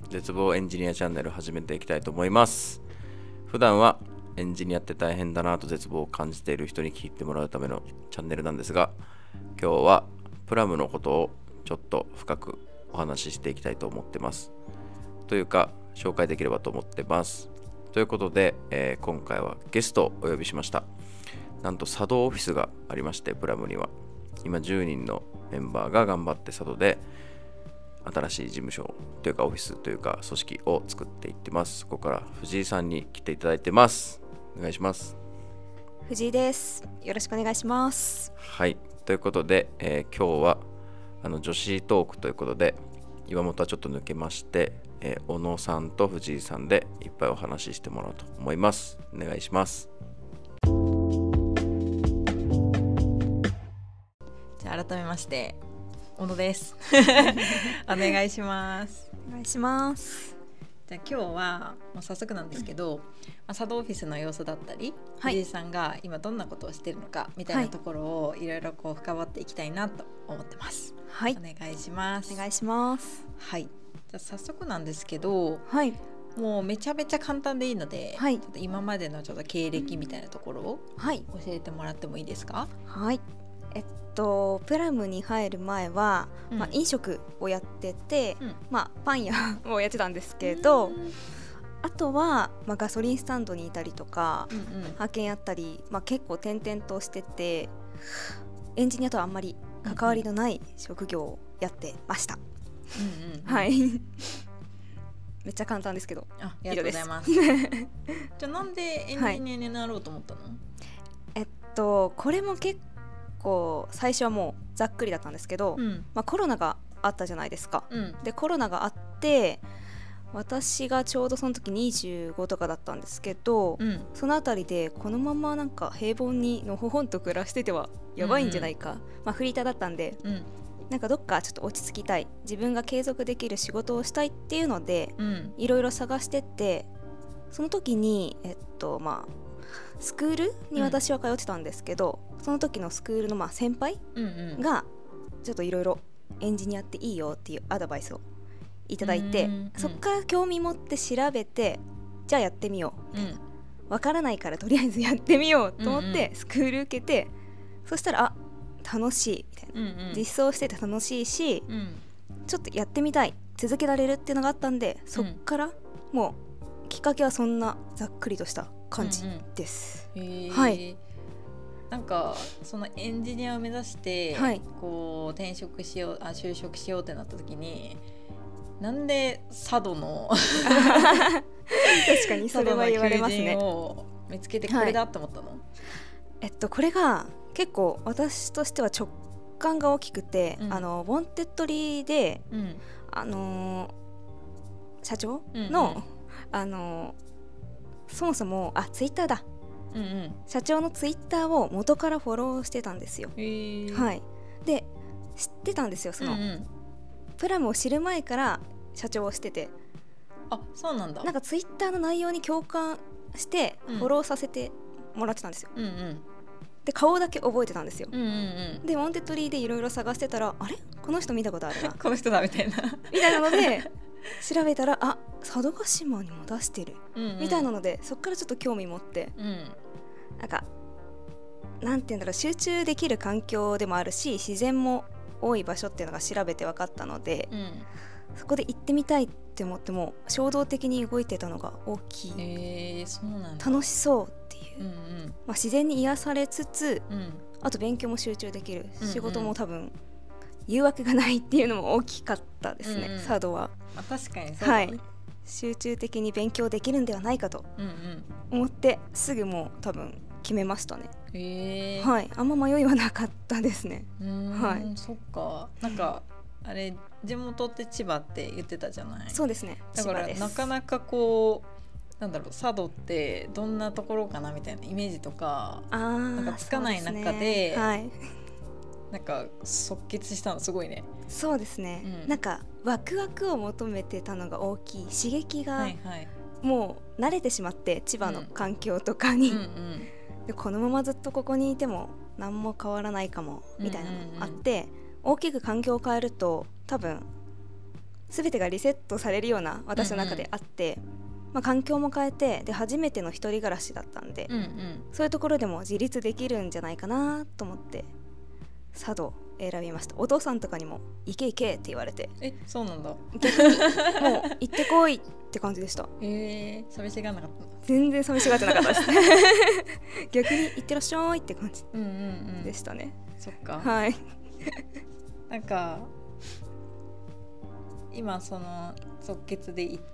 絶望エンジニアチャンネル始めていきたいと思います。普段はエンジニアって大変だなと絶望を感じている人に聞いてもらうためのチャンネルなんですが、今日はプラムのことをちょっと深くお話ししていきたいと思ってます。というか紹介できればと思ってます。ということで、今回はゲストをお呼びしました。なんと佐渡オフィスがありまして、プラムには今10人のメンバーが頑張って佐渡で新しい事務所というかオフィスというか組織を作っていってます。そこから藤井さんに来ていただいてます。お願いします。 藤井です。よろしくお願いします。 はい、ということで、今日は女子トークということで、岩本はちょっと抜けまして、小野さんと藤井さんでいっぱいお話ししてもらおうと思います。お願いします。 じゃあ改めまして小野ですお願いします。 お願いします。 じゃあ今日はもう早速なんですけど、佐渡オフィスの様子だったり、 はい、 藤井さんが今どんなことをしているのかみたいなところをいろいろこう深掘っていきたいなと思ってます。 はい、 お願いします。 お願いします。 はい、じゃあ早速なんですけど、 はい、 もうめちゃめちゃ簡単でいいので、 はい、 ちょっと今までのちょっと経歴みたいなところを教えてもらってもいいですか？ はい、プラムに入る前は、飲食をやってて、パン屋をやってたんですけど、あとは、ガソリンスタンドにいたりとか、派遣やったり、結構転々としてて、エンジニアとはあんまり関わりのない職業をやってました。はいめっちゃ簡単ですけど、 ありがとうございますじゃあなんでエンジニアになろうと思ったの？ これも結構最初はもうざっくりだったんですけど、コロナがあったじゃないですか、でコロナがあって私がちょうどその時25とかだったんですけど、そのあたりでこのままなんか平凡にのほほんと暮らしててはやばいんじゃないか、フリーターだったんで、なんかどっかちょっと落ち着きたい、自分が継続できる仕事をしたいっていうのでいろいろ探してって、その時にスクールに私は通ってたんですけど、その時のスクールの先輩がちょっといろいろエンジニアっていいよっていうアドバイスをいただいて、そっから興味持って調べて、じゃあやってみようみたいな、わからないからとりあえずやってみようと思ってスクール受けて、そしたら楽しいみたいな、実装してて楽しいし、ちょっとやってみたい、続けられるっていうのがあったんで、そっからもうきっかけはそんなざっくりとした感じです、はい。 なんかそのエンジニアを目指して、こう就職しようってなった時に、なんで佐渡の確かにそれは言われますね。 佐渡の求人を見つけてこれだって思ったの？ これが結構私としては直感が大きくて、ウォンテッドリーで、社長の、そもそもツイッターだ、社長のツイッターを元からフォローしてたんですよ。はい、で知ってたんですよ、その、プラムを知る前から社長をしてて、 そうなんだ。 なんかツイッターの内容に共感してフォローさせてもらってたんですよ、で顔だけ覚えてたんですよ、でウォンテッドリーでいろいろ探してたら、あれこの人見たことあるなこの人だみたいなので調べたら、佐渡島にも出してる、みたいなので、そっからちょっと興味持って、なんかなんていうんだろう、集中できる環境でもあるし自然も多い場所っていうのが調べて分かったので、そこで行ってみたいって思っても衝動的に動いてたのが大きい、 そうなんだ。 楽しそうっていう、自然に癒されつつ、あと勉強も集中できる、仕事も多分誘惑がないっていうのも大きかったですね、佐渡は。 確かにそうだね、 集中的に勉強できるんではないかと思って、すぐもう多分決めましたね。あんま迷いはなかったですね。 そっか。なんかあれ地元って千葉って言ってたじゃない？ そうですね。 だからなかなかこうなんだろう、佐渡ってどんなところかなみたいなイメージとかなんかつかない中で、なんか即決したのすごいね。 そうですね、なんかワクワクを求めてたのが大きい、刺激がもう慣れてしまって、千葉の環境とかに、でこのままずっとここにいても何も変わらないかもみたいなのもあって、大きく環境を変えると多分全てがリセットされるような私の中であって、環境も変えて、で初めての一人暮らしだったんで、そういうところでも自立できるんじゃないかなと思って佐渡選びました。お父さんとかにも行け行けって言われて、 そうなんだ。 逆にもう行ってこいって感じでした。 寂しがらなかった。 全然寂しがってなかったです逆に行ってらっしゃいって感じでしたね。 そっか。 はい。 なんか今その即決で行って、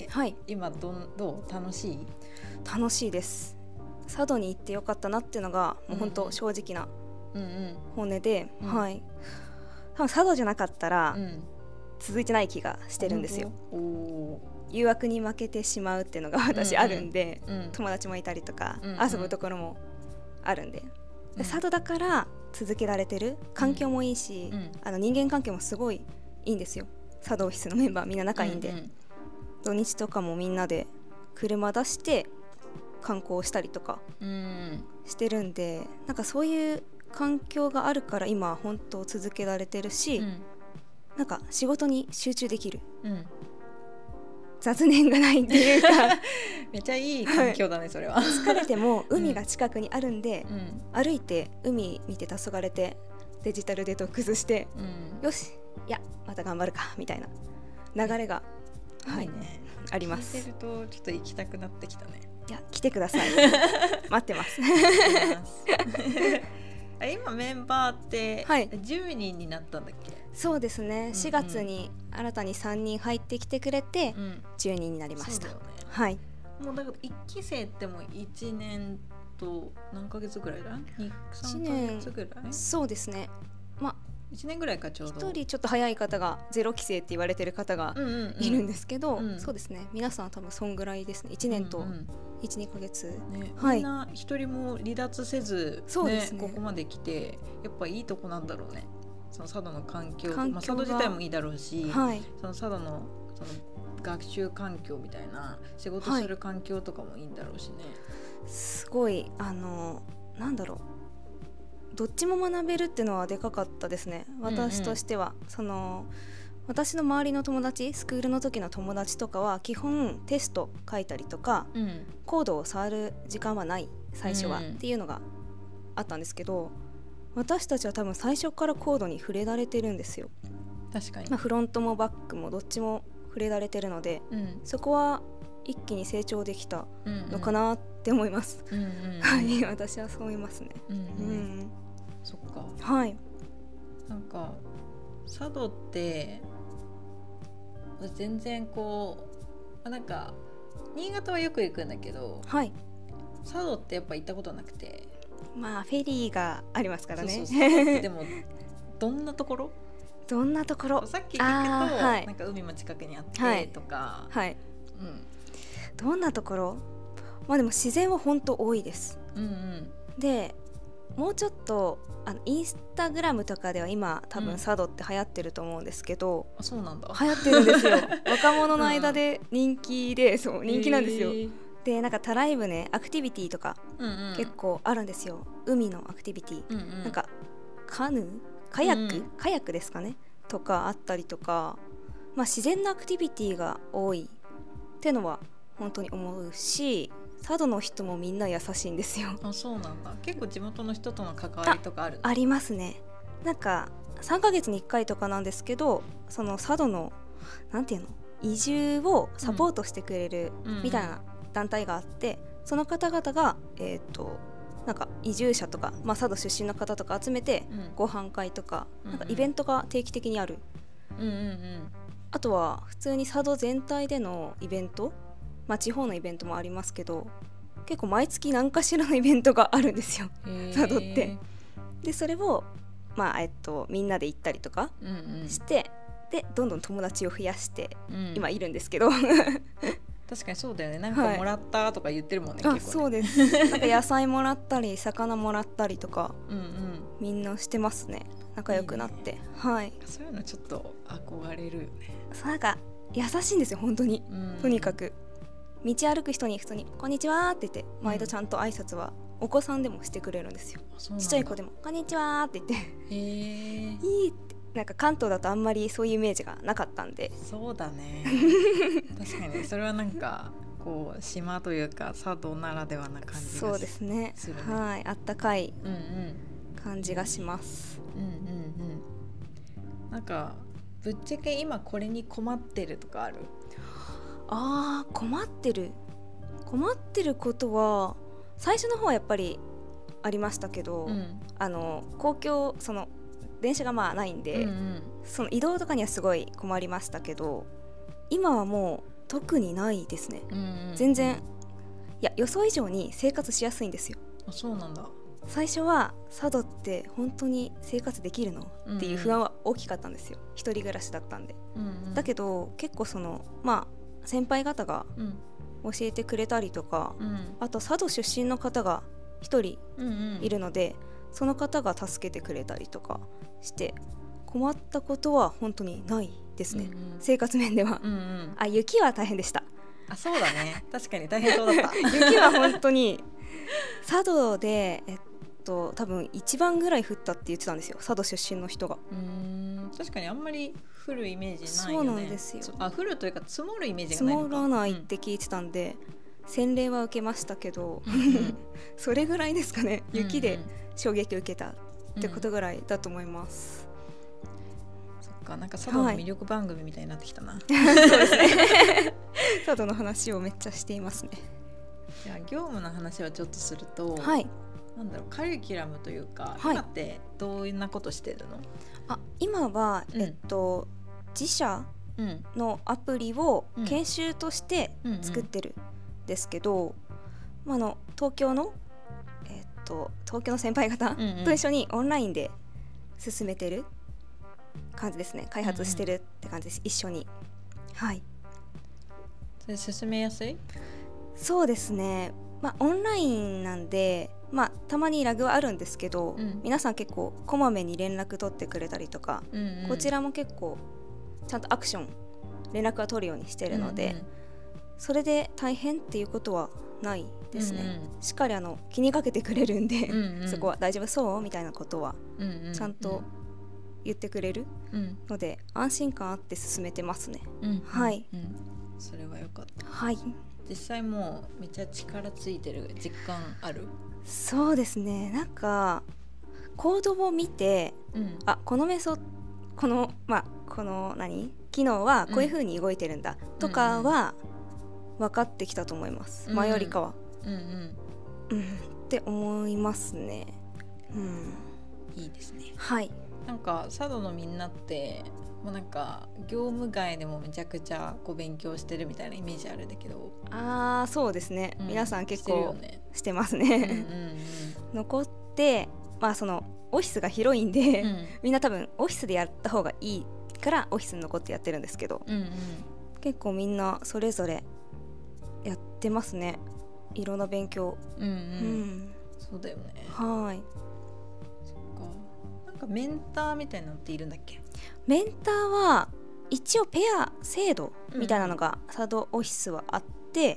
今どう楽しい？ 楽しいです。佐渡に行ってよかったなっていうのがもう本当正直な本音で、多分佐渡じゃなかったら続いてない気がしてるんですよ。誘惑に負けてしまうっていうのが私あるんで、友達もいたりとか、遊ぶところもあるんで、佐渡だから続けられてる。環境もいいし、人間関係もすごいいいんですよ。佐渡オフィスのメンバーみんな仲いいんで、土日とかもみんなで車出して観光したりとかしてるんで、なんかそういう環境があるから今本当続けられてるし、なんか仕事に集中できる、雑念がないっていうかめっちゃいい環境だねそれは。 疲れても海が近くにあるんで、歩いて海見て黄昏てデジタルデトックスして、よしいやまた頑張るかみたいな流れが、あります。 聞いてるとちょっと行きたくなってきたね。 いや来てください待ってます今メンバーって10人になったんだっけ？ そうですね、4月に新たに3人入ってきてくれて10人になりました。 そうだよね。もうだから1期生っても1年と何ヶ月ぐらいだ？3ヶ月ぐらい？ そうですね、 1年ぐらいかちょうど。 1人ちょっと早い方が0期生って言われてる方がいるんですけど、そうですね、皆さん多分そんぐらいですね。1年と 1,2 ヶ月、 みんな一人も離脱せず、ここまで来てやっぱいいとこなんだろうね。その佐渡の環境、佐渡自体もいいだろうし、その佐渡のその学習環境みたいな仕事する環境とかもいいんだろうしね。 すごいなんだろう、どっちも学べるっていうのはでかかったですね、私としては。その私の周りの友達、スクールの時の友達とかは基本テスト書いたりとか、コードを触る時間はない最初は、っていうのがあったんですけど、私たちは多分最初からコードに触れられてるんですよ。 確かに、 フロントもバックもどっちも触れられてるので、そこは一気に成長できたのかなって思います。はい、私はそう思いますね。 そっか。 はい。 なんか佐渡って全然こうなんか新潟はよく行くんだけど、佐渡ってやっぱ行ったことなくて。 フェリーがありますからね。 でもどんなところ？ どんなところ？ さっき聞くと、なんか海も近くにあってとか、 どんなところ？でも自然は本当多いです。でもうちょっとインスタグラムとかでは今多分佐渡って流行ってると思うんですけど、 そうなんだ。 流行ってるんですよ若者の間で人気で、そう人気なんですよ。でなんかたらい船アクティビティとか結構あるんですよ。海のアクティビティ、なんかカヌーカヤックですかねとかあったりとか、自然のアクティビティが多いってのは本当に思うし、佐渡の人もみんな優しいんですよ。 そうなんだ。結構地元の人との関わりとかある？ ありますね。なんか3ヶ月に1回とかなんですけど、その佐渡のなんていうの、移住をサポートしてくれるみたいな団体があって、その方々がなんか移住者とか、佐渡出身の方とか集めてご飯会とか、なんかイベントが定期的にある。あとは普通に佐渡全体でのイベント、地方のイベントもありますけど、結構毎月何かしらのイベントがあるんですよ佐渡って。でそれを、みんなで行ったりとかして、でどんどん友達を増やして、今いるんですけど確かにそうだよね。なんかもらったとか言ってるもんね、結構ね。 そうです。なんか野菜もらったり魚もらったりとかみんなしてますね、仲良くなって。いいね。 そういうのちょっと憧れるよね。 なんか優しいんですよ本当に。とにかく道歩く人に普通にこんにちはって言って、毎度ちゃんと挨拶はお子さんでもしてくれるんですよ。ちっちゃい子でもこんにちはって言っていいってなんか関東だとあんまりそういうイメージがなかったんで。 そうだね確かにそれはなんかこう島というか佐渡ならではな感じがするね。 そうですね、はい、あったかい感じがします。 なんかぶっちゃけ今これに困ってるとかある？ 困ってることは最初の方はやっぱりありましたけど、公共その電車がまあないんで、その移動とかにはすごい困りましたけど、今はもう特にないですね。全然、いや予想以上に生活しやすいんですよ。 そうなんだ。 最初は佐渡って本当に生活できるの、っていう不安は大きかったんですよ。一人暮らしだったんで、だけど結構その先輩方が教えてくれたりとか、あと佐渡出身の方が一人いるので、その方が助けてくれたりとかして困ったことは本当にないですね、生活面では。雪は大変でした。 そうだね確かに大変そうだった雪は本当に佐渡で多分一番ぐらい降ったって言ってたんですよ、佐渡出身の人が。 確かにあんまり降るイメージないよね。 そうなんですよ。 降るというか積もるイメージがないのか。 積もらないって聞いてたんで、洗礼は受けましたけどそれぐらいですかね。雪で衝撃を受けたってことぐらいだと思います。 そっか、なんか佐渡の魅力番組みたいになってきたな、 そうですね佐渡の話をめっちゃしていますね。 じゃあ業務の話はちょっとすると、なんだろう、カリキュラムというか、今ってどんなことしてるの？ 今は、自社のアプリを研修として作ってるんですけど、東京の先輩方と一緒にオンラインで進めてる感じですね。開発してるって感じです、一緒に。 それ進めやすい？ そうですね、オンラインなんでたまにラグはあるんですけど、皆さん結構こまめに連絡取ってくれたりとか、こちらも結構ちゃんとアクション連絡は取るようにしてるので、それで大変っていうことはないですね、しっかり気にかけてくれるんで、そこは大丈夫そうみたいなことはちゃんと言ってくれるので、安心感あって進めてますね。 それはよかった。実際もうめっちゃ力ついてる実感ある？ そうですね、なんかコードを見て、この機能はこういう風に動いてるんだとかは分かってきたと思います、前よりかは。って思いますね。 いいですね。なんか佐渡のみんなってもうなんか業務外でもめちゃくちゃ勉強してるみたいなイメージあるんだけど。 そうですね、皆さん結構してますね。残ってそのオフィスが広いんで、みんな多分オフィスでやった方がいいからオフィスに残ってやってるんですけど、結構みんなそれぞれやってますね、いろんな勉強。 そうだよね。なんかメンターみたいなのっているんだっけ？ メンターは一応ペア制度みたいなのが佐渡オフィスはあって、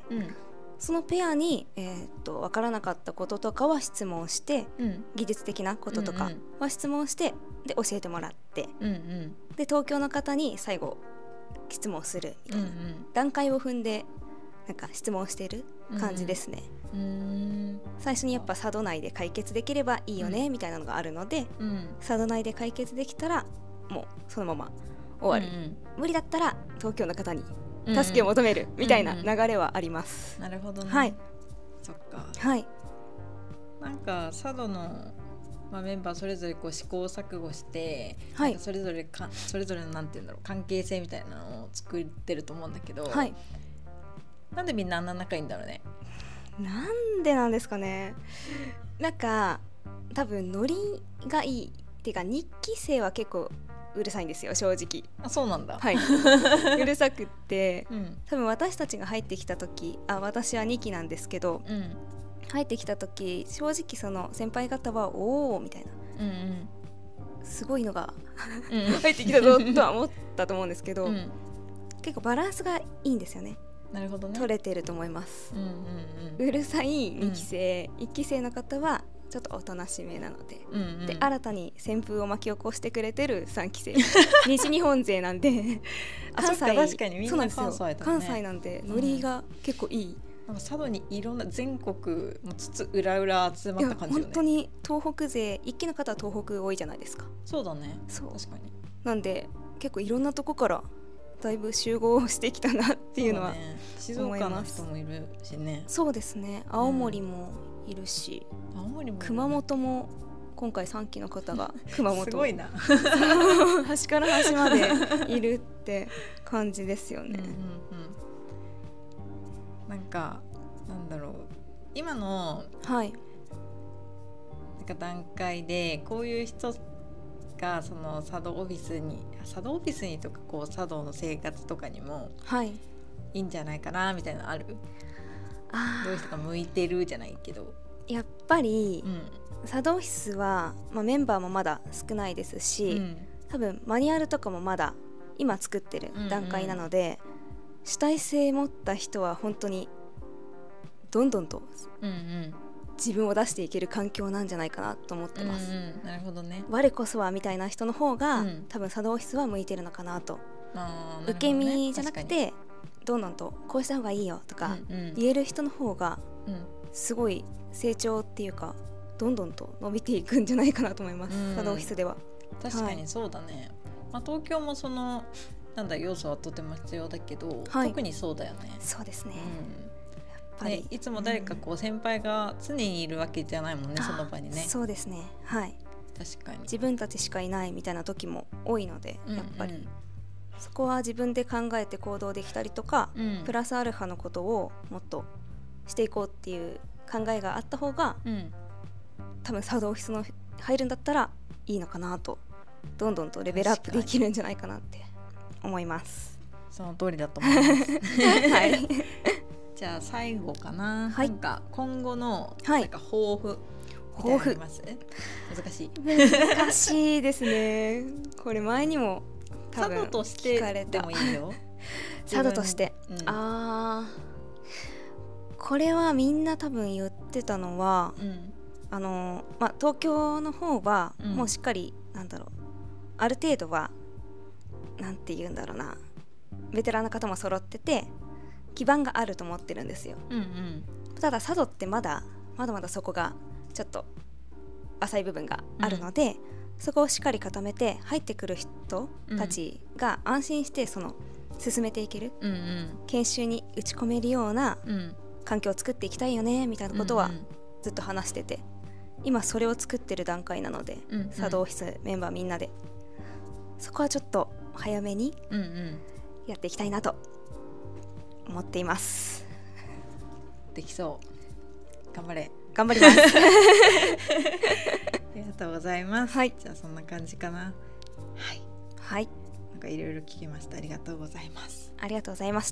そのペアに、分からなかったこととかは質問して、技術的なこととかは質問して、で教えてもらって、で東京の方に最後質問するみたいな、段階を踏んでなんか質問してる感じですね。最初にやっぱ佐渡内で解決できればいいよね、みたいなのがあるので、佐渡内で解決できたらもうそのまま終わる、無理だったら東京の方に助けを求めるみたいな流れはあります。 なるほどね。そっか。なんか佐渡の、メンバーそれぞれ試行錯誤して、それぞれのなんていうんだろう、関係性みたいなのを作ってると思うんだけど、なんでみんなあんな仲いいんだろうね。 なんでなんですかね。なんか多分ノリがいいっていうか、日記生は結構うるさいんですよ、正直。 そうなんだ。 うるさくって、多分私たちが入ってきた時、私は2期なんですけど、入ってきた時正直その先輩方はおおみたいな、すごいのが入ってきたぞとは思ったと思うんですけど、結構バランスがいいんですよね。 なるほどね。 取れてると思います。うるさい2期生、1期生の方はちょっとおとなしめなので、で新たに旋風を巻き起こしてくれてる3期生西日本勢なんで関西確かにみんな関西だね。 関西なんでノリが結構いい、 なんか佐渡にいろんな全国もつつ裏裏集まった感じよね。 本当に東北勢一期の方は東北多いじゃないですか。 そうだね。 そう確かに。 なんで結構いろんなとこからだいぶ集合してきたなっていうのは思います。 静岡の人もいるしね。 そうですね。青森もいるし、 青森も熊本も今回3期の方が熊本すごいな端から端までいるって感じですよね。 なんかなんだろう、今のなんか段階でこういう人がその佐渡オフィスにとかこう佐渡の生活とかにもいいんじゃないかなみたいなのある？どういう人が向いてるじゃないけど、 やっぱり、佐渡オフィスは、メンバーもまだ少ないですし、多分マニュアルとかもまだ今作ってる段階なので、主体性持った人は本当にどんどんと自分を出していける環境なんじゃないかなと思ってます。 なるほどね。 我こそはみたいな人の方が、多分佐渡オフィスは向いてるのかなと。受け身じゃなくてどんどんとこうした方がいいよとか言える人の方がすごい成長っていうかどんどんと伸びていくんじゃないかなと思います、佐渡オフィスでは。 確かにそうだね、東京もその要素はとても必要だけど、特にそうだよね。 そうですね、やっぱりいつも誰かこう先輩が常にいるわけじゃないもんね、その場にね。 そうですね、はい、 確かに自分たちしかいないみたいな時も多いので、やっぱりそこは自分で考えて行動できたりとか、プラスアルファのことをもっとしていこうっていう考えがあった方が、多分佐渡オフィスの入るんだったらいいのかなと、どんどんとレベルアップできるんじゃないかなって思います。 その通りだと思いますはいじゃあ最後かな、なんか今後のなんか抱負みたいなのあります？ 難しいですねこれ前にも多分聞かれた。 佐渡としてでもいいよ佐渡として、これはみんな多分言ってたのは、東京の方はもうしっかり、ある程度はなんて言うんだろうな、ベテランの方も揃ってて基盤があると思ってるんですよ、ただ佐渡ってまだまだそこがちょっと浅い部分があるので、そこをしっかり固めて入ってくる人たちが安心して進めていける、研修に打ち込めるような環境を作っていきたいよねみたいなことはずっと話してて、今それを作ってる段階なので、佐渡オフィスメンバーみんなでそこはちょっと早めにやっていきたいなと思っています。 できそう。頑張りますありがとうございます、じゃあそんな感じかな。 はい、 なんかいろいろ聞きました。ありがとうございます。 ありがとうございました。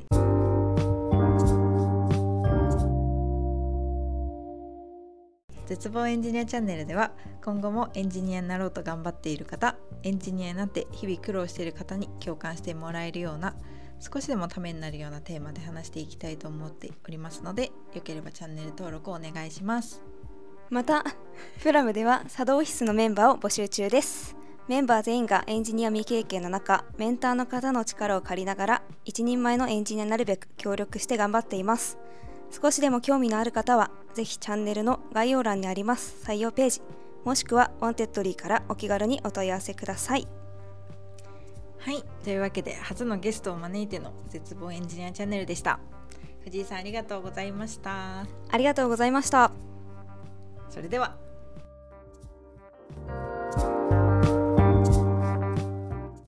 絶望エンジニアチャンネルでは今後もエンジニアになろうと頑張っている方、エンジニアになって日々苦労している方に共感してもらえるような、少しでもためになるようなテーマで話していきたいと思っておりますので、よければチャンネル登録をお願いします。 またプラムでは佐渡オフィスのメンバーを募集中です。メンバー全員がエンジニア未経験の中、メンターの方の力を借りながら一人前のエンジニアになるべく協力して頑張っています。少しでも興味のある方はぜひチャンネルの概要欄にあります採用ページ、もしくはワンテッドリーからお気軽にお問い合わせください。 はい、というわけで初のゲストを招いての絶望エンジニアチャンネルでした。藤井さんありがとうございました。 ありがとうございました。 それでは。